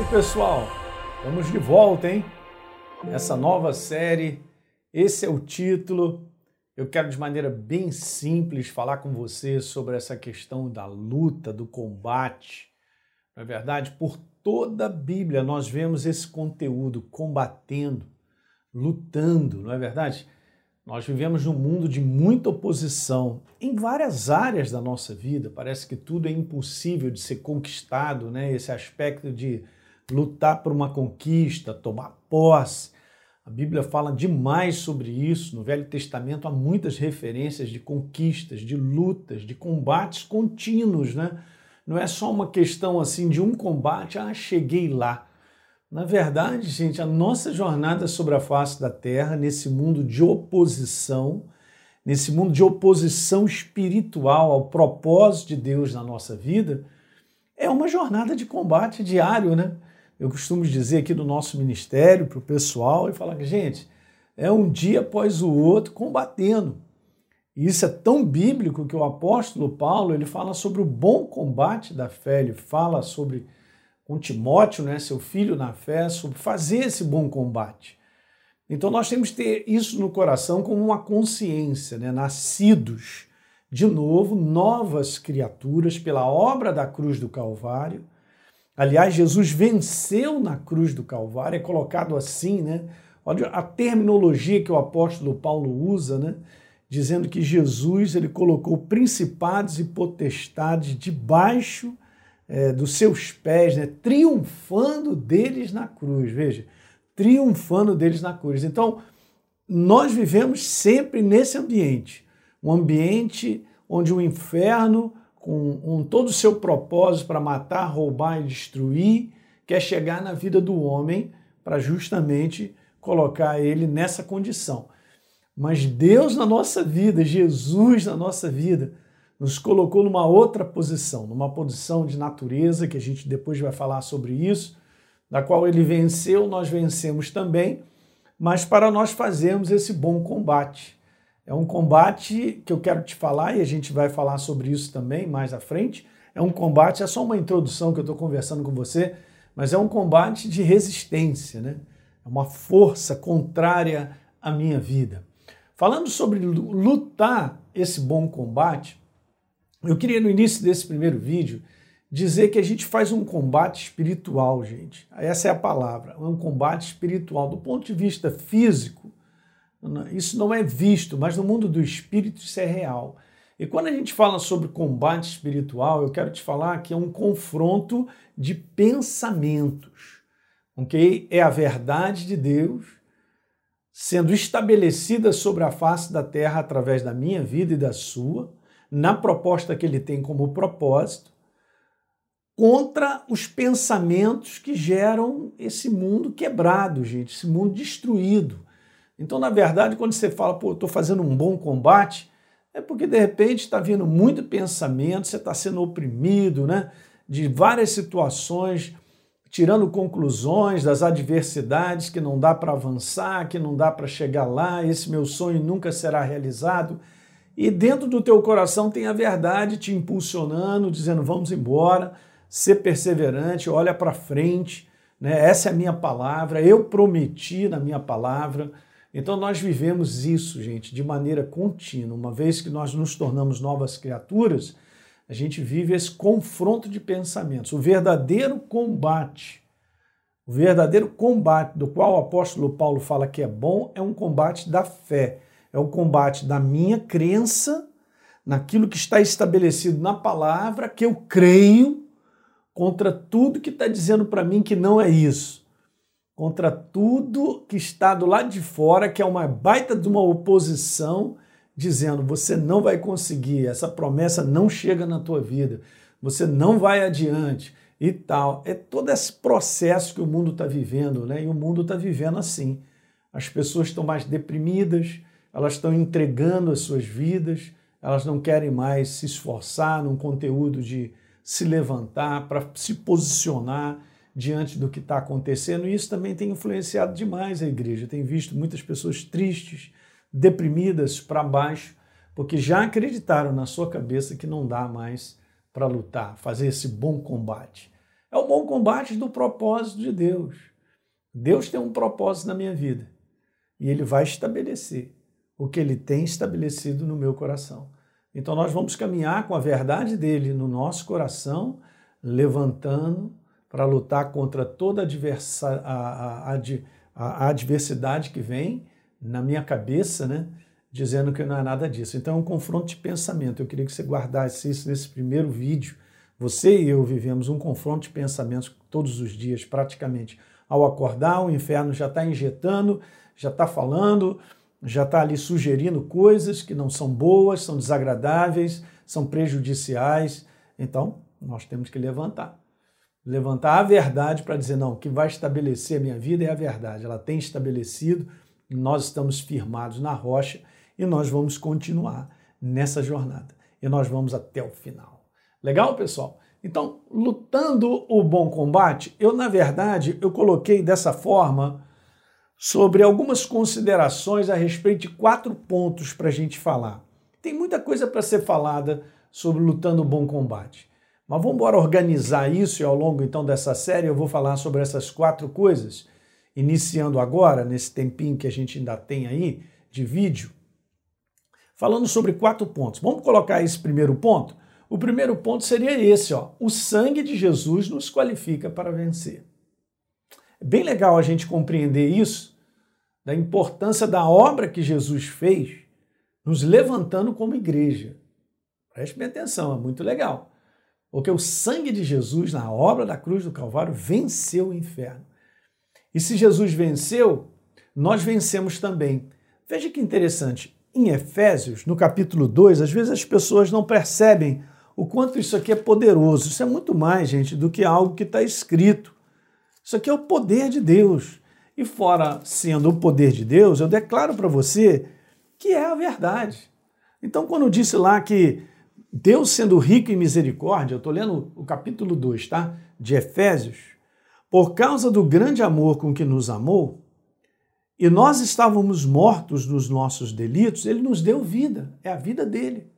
pessoal, estamos de volta, hein? Essa nova série, esse é o título. Eu quero de maneira bem simples falar com você sobre essa questão da luta, do combate. Na verdade, por toda a Bíblia nós vemos esse conteúdo combatendo, lutando, não é verdade? Nós vivemos num mundo de muita oposição em várias áreas da nossa vida. Parece que tudo é impossível de ser conquistado, né? Esse aspecto de lutar por uma conquista, tomar posse. A Bíblia fala demais sobre isso. No Velho Testamento há muitas referências de conquistas, de lutas, de combates contínuos, né? Não é só uma questão assim de um combate, cheguei lá. Na verdade, gente, a nossa jornada sobre a face da Terra, nesse mundo de oposição espiritual ao propósito de Deus na nossa vida, é uma jornada de combate diário, né? Eu costumo dizer aqui no nosso ministério para o pessoal e falar que, gente, é um dia após o outro combatendo. E isso é tão bíblico que o apóstolo Paulo ele fala sobre o bom combate da fé, ele fala sobre com Timóteo, né, seu filho na fé, sobre fazer esse bom combate. Então nós temos que ter isso no coração como uma consciência, né, nascidos de novo, novas criaturas pela obra da cruz do Calvário. Aliás, Jesus venceu na cruz do Calvário, é colocado assim, né? Olha a terminologia que o apóstolo Paulo usa, né? Dizendo que Jesus ele colocou principados e potestades debaixo dos seus pés, né? Triunfando deles na cruz, veja, triunfando deles na cruz. Então, nós vivemos sempre nesse ambiente, um ambiente onde o inferno, com todo o seu propósito para matar, roubar e destruir, quer chegar na vida do homem para justamente colocar ele nessa condição. Mas Deus na nossa vida, Jesus na nossa vida, nos colocou numa outra posição, numa posição de natureza, que a gente depois vai falar sobre isso, da qual ele venceu, nós vencemos também, mas para nós fazermos esse bom combate. É um combate que eu quero te falar, e a gente vai falar sobre isso também mais à frente. É um combate, é só uma introdução que eu estou conversando com você, mas é um combate de resistência, né? É uma força contrária à minha vida. Falando sobre lutar esse bom combate, eu queria, no início desse primeiro vídeo, dizer que a gente faz um combate espiritual, gente. Essa é a palavra, é um combate espiritual. Do ponto de vista físico, isso não é visto, mas no mundo do espírito isso é real. E quando a gente fala sobre combate espiritual, eu quero te falar que é um confronto de pensamentos, ok? É a verdade de Deus sendo estabelecida sobre a face da terra através da minha vida e da sua, na proposta que ele tem como propósito, contra os pensamentos que geram esse mundo quebrado, gente, esse mundo destruído. Então, na verdade, quando você fala, eu estou fazendo um bom combate, é porque, de repente, está vindo muito pensamento, você está sendo oprimido, né, de várias situações, tirando conclusões das adversidades que não dá para avançar, que não dá para chegar lá, esse meu sonho nunca será realizado. E dentro do teu coração tem a verdade te impulsionando, dizendo, vamos embora, ser perseverante, olha para frente, né? Essa é a minha palavra, eu prometi na minha palavra. Então nós vivemos isso, gente, de maneira contínua. Uma vez que nós nos tornamos novas criaturas, a gente vive esse confronto de pensamentos. O verdadeiro combate do qual o apóstolo Paulo fala que é bom, é um combate da fé. É o combate da minha crença naquilo que está estabelecido na palavra, que eu creio, contra tudo que está dizendo para mim que não é isso. Contra tudo que está do lado de fora, que é uma baita de uma oposição, dizendo, você não vai conseguir, essa promessa não chega na tua vida, você não vai adiante e tal. É todo esse processo que o mundo está vivendo, né? E o mundo está vivendo assim. As pessoas estão mais deprimidas, elas estão entregando as suas vidas, elas não querem mais se esforçar num conteúdo de se levantar, para se posicionar diante do que está acontecendo. E isso também tem influenciado demais a igreja. Tem visto muitas pessoas tristes, deprimidas, para baixo, porque já acreditaram na sua cabeça que não dá mais para lutar, fazer esse bom combate. É o bom combate do propósito de Deus. Deus tem um propósito na minha vida e Ele vai estabelecer o que Ele tem estabelecido no meu coração. Então nós vamos caminhar com a verdade dele no nosso coração, levantando para lutar contra toda a adversidade que vem na minha cabeça, né? Dizendo que não é nada disso. Então é um confronto de pensamento. Eu queria que você guardasse isso nesse primeiro vídeo. Você e eu vivemos um confronto de pensamentos todos os dias, praticamente. Ao acordar, o inferno já está injetando, já está falando, já está ali sugerindo coisas que não são boas, são desagradáveis, são prejudiciais. Então, nós temos que levantar. Levantar a verdade para dizer, não, o que vai estabelecer a minha vida é a verdade. Ela tem estabelecido, nós estamos firmados na rocha e nós vamos continuar nessa jornada. E nós vamos até o final. Legal, pessoal? Então, lutando o bom combate, na verdade, eu coloquei dessa forma sobre algumas considerações a respeito de 4 pontos para a gente falar. Tem muita coisa para ser falada sobre lutando o bom combate. Mas vamos embora organizar isso e ao longo então dessa série eu vou falar sobre essas 4 coisas, iniciando agora, nesse tempinho que a gente ainda tem aí de vídeo, falando sobre 4 pontos. Vamos colocar esse primeiro ponto? O primeiro ponto seria esse, ó. O sangue de Jesus nos qualifica para vencer. É bem legal a gente compreender isso, da importância da obra que Jesus fez, nos levantando como igreja. Preste bem atenção, é muito legal. Porque o sangue de Jesus, na obra da cruz do Calvário, venceu o inferno. E se Jesus venceu, nós vencemos também. Veja que interessante, em Efésios, no capítulo 2, às vezes as pessoas não percebem o quanto isso aqui é poderoso. Isso é muito mais, gente, do que algo que está escrito. Isso aqui é o poder de Deus. E fora sendo o poder de Deus, eu declaro para você que é a verdade. Então, quando eu disse lá que Deus sendo rico em misericórdia, eu estou lendo o capítulo 2, tá? De Efésios, por causa do grande amor com que nos amou, e nós estávamos mortos nos nossos delitos, Ele nos deu vida, é a vida dele.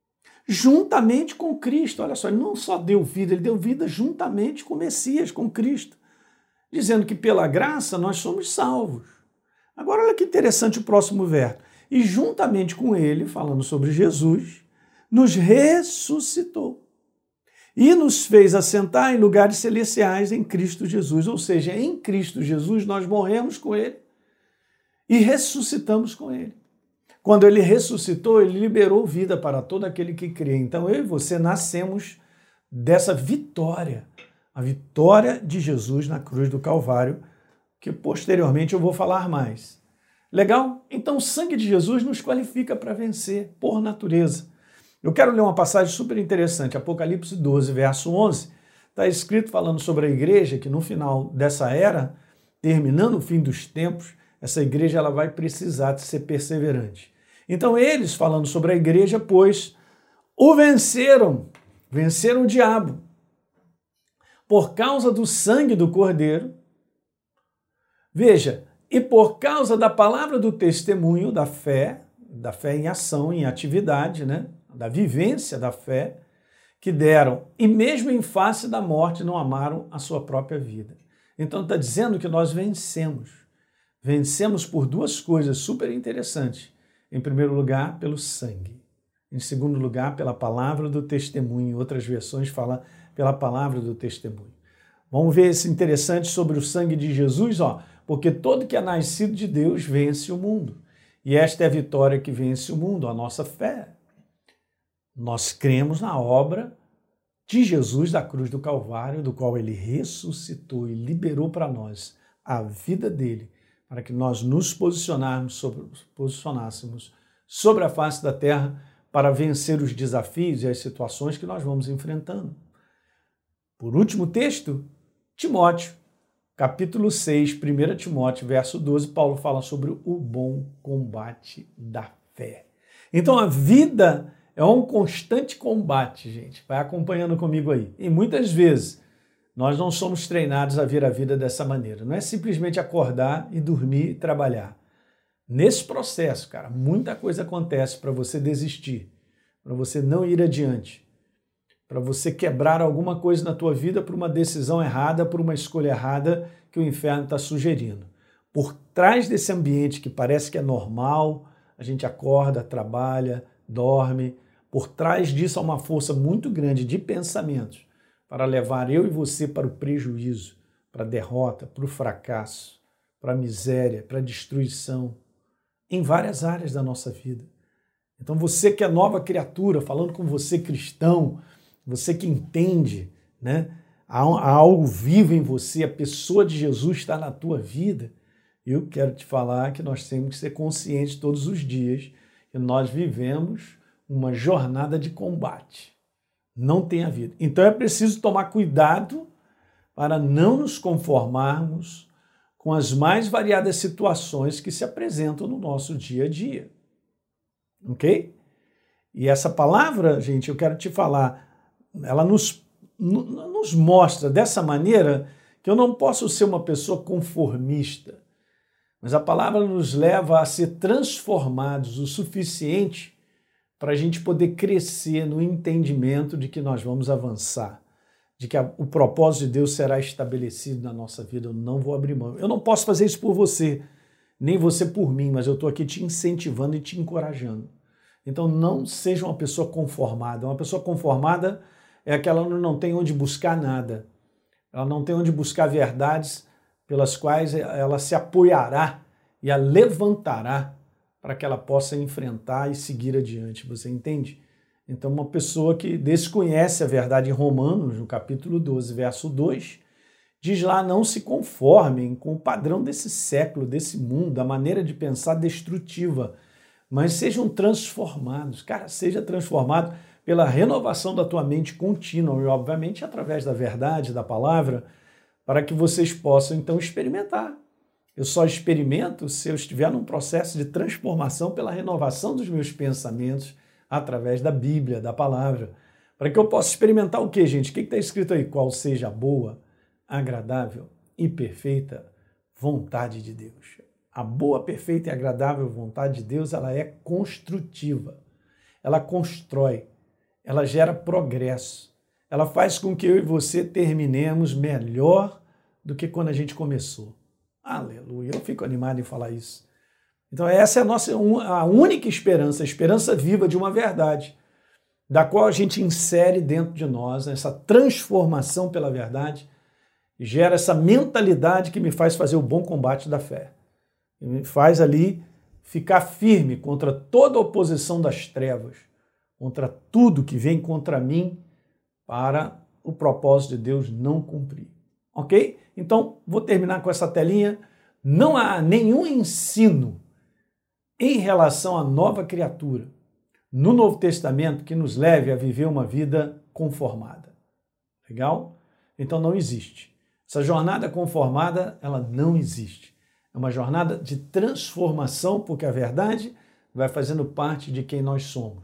Juntamente com Cristo, olha só, Ele não só deu vida, Ele deu vida juntamente com o Messias, com Cristo, dizendo que pela graça nós somos salvos. Agora olha que interessante o próximo verso. E juntamente com Ele, falando sobre Jesus, nos ressuscitou e nos fez assentar em lugares celestiais em Cristo Jesus. Ou seja, em Cristo Jesus nós morremos com Ele e ressuscitamos com Ele. Quando Ele ressuscitou, Ele liberou vida para todo aquele que crê. Então eu e você nascemos dessa vitória, a vitória de Jesus na cruz do Calvário, que posteriormente eu vou falar mais. Legal? Então o sangue de Jesus nos qualifica para vencer, por natureza. Eu quero ler uma passagem super interessante, Apocalipse 12, verso 11, está escrito falando sobre a igreja, que no final dessa era, terminando o fim dos tempos, essa igreja ela vai precisar de ser perseverante. Então eles, falando sobre a igreja, pois o venceram o diabo, por causa do sangue do Cordeiro, veja, e por causa da palavra do testemunho, da fé em ação, em atividade, né? Da vivência da fé que deram, e mesmo em face da morte não amaram a sua própria vida. Então está dizendo que nós vencemos. Vencemos por 2 coisas super interessantes. Em primeiro lugar, pelo sangue. Em segundo lugar, pela palavra do testemunho. Em outras versões fala pela palavra do testemunho. Vamos ver esse interessante sobre o sangue de Jesus, ó. Porque todo que é nascido de Deus vence o mundo. E esta é a vitória que vence o mundo, a nossa fé. Nós cremos na obra de Jesus da cruz do Calvário, do qual Ele ressuscitou e liberou para nós a vida dele, para que nós nos posicionássemos sobre a face da terra para vencer os desafios e as situações que nós vamos enfrentando. Por último texto, Timóteo, capítulo 6, 1 Timóteo, verso 12, Paulo fala sobre o bom combate da fé. Então a vida é um constante combate, gente. Vai acompanhando comigo aí. E muitas vezes nós não somos treinados a ver a vida dessa maneira. Não é simplesmente acordar e dormir e trabalhar. Nesse processo, cara, muita coisa acontece para você desistir, para você não ir adiante. para você quebrar alguma coisa na tua vida por uma decisão errada, por uma escolha errada que o inferno está sugerindo. Por trás desse ambiente que parece que é normal, a gente acorda, trabalha, dorme, por trás disso há uma força muito grande de pensamentos para levar eu e você para o prejuízo, para a derrota, para o fracasso, para a miséria, para a destruição, em várias áreas da nossa vida. Então você que é nova criatura, falando com você cristão, você que entende, né? Há algo vivo em você, a pessoa de Jesus está na tua vida. Eu quero te falar que nós temos que ser conscientes todos os dias que nós vivemos uma jornada de combate. Não tem a vida. Então é preciso tomar cuidado para não nos conformarmos com as mais variadas situações que se apresentam no nosso dia a dia. Ok? E essa palavra, gente, eu quero te falar, ela nos mostra dessa maneira que eu não posso ser uma pessoa conformista, mas a palavra nos leva a ser transformados o suficiente para a gente poder crescer no entendimento de que nós vamos avançar, de que o propósito de Deus será estabelecido na nossa vida. Eu não vou abrir mão. Eu não posso fazer isso por você, nem você por mim, mas eu estou aqui te incentivando e te encorajando. Então não seja uma pessoa conformada. Uma pessoa conformada é aquela que não tem onde buscar nada. Ela não tem onde buscar verdades pelas quais ela se apoiará e a levantará para que ela possa enfrentar e seguir adiante. Você entende? Então uma pessoa que desconhece a verdade em Romanos, no capítulo 12, verso 2, diz lá: não se conformem com o padrão desse século, desse mundo, da maneira de pensar destrutiva, mas sejam transformados. Cara, seja transformado pela renovação da tua mente contínua e, obviamente, através da verdade, da palavra, para que vocês possam, então, experimentar. Eu só experimento se eu estiver num processo de transformação pela renovação dos meus pensamentos através da Bíblia, da palavra. Para que eu possa experimentar o quê, gente? O que está escrito aí? Qual seja a boa, agradável e perfeita vontade de Deus. A boa, perfeita e agradável vontade de Deus, ela é construtiva. Ela constrói. Ela gera progresso. Ela faz com que eu e você terminemos melhor do que quando a gente começou. Aleluia. Eu fico animado em falar isso. Então essa é a única esperança, a esperança viva de uma verdade, da qual a gente insere dentro de nós essa transformação pela verdade e gera essa mentalidade que me faz fazer o bom combate da fé. E me faz ali ficar firme contra toda a oposição das trevas, contra tudo que vem contra mim para o propósito de Deus não cumprir. Ok? Então, vou terminar com essa telinha. Não há nenhum ensino em relação à nova criatura no Novo Testamento que nos leve a viver uma vida conformada. Legal? Então não existe. Essa jornada conformada, ela não existe. É uma jornada de transformação, porque a verdade vai fazendo parte de quem nós somos.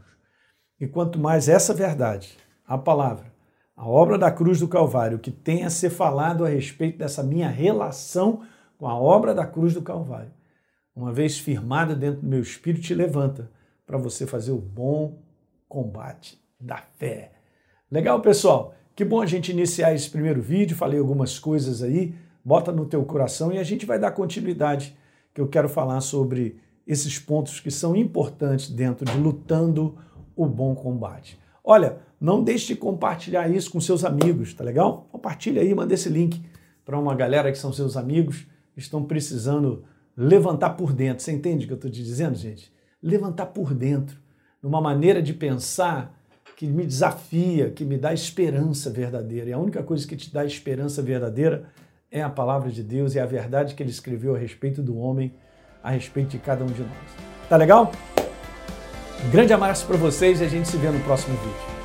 E quanto mais essa verdade, a palavra, a obra da cruz do Calvário, que tem a ser falado a respeito dessa minha relação com a obra da cruz do Calvário, uma vez firmada dentro do meu espírito, te levanta para você fazer o bom combate da fé. Legal, pessoal? Que bom a gente iniciar esse primeiro vídeo, falei algumas coisas aí, bota no teu coração e a gente vai dar continuidade, que eu quero falar sobre esses pontos que são importantes dentro de lutando o bom combate. Olha, não deixe de compartilhar isso com seus amigos, tá legal? Compartilha aí, manda esse link para uma galera que são seus amigos, que estão precisando levantar por dentro. Você entende o que eu estou te dizendo, gente? Levantar por dentro, numa maneira de pensar que me desafia, que me dá esperança verdadeira. E a única coisa que te dá esperança verdadeira é a palavra de Deus e a verdade que ele escreveu a respeito do homem, a respeito de cada um de nós. Tá legal? Um grande abraço para vocês e a gente se vê no próximo vídeo.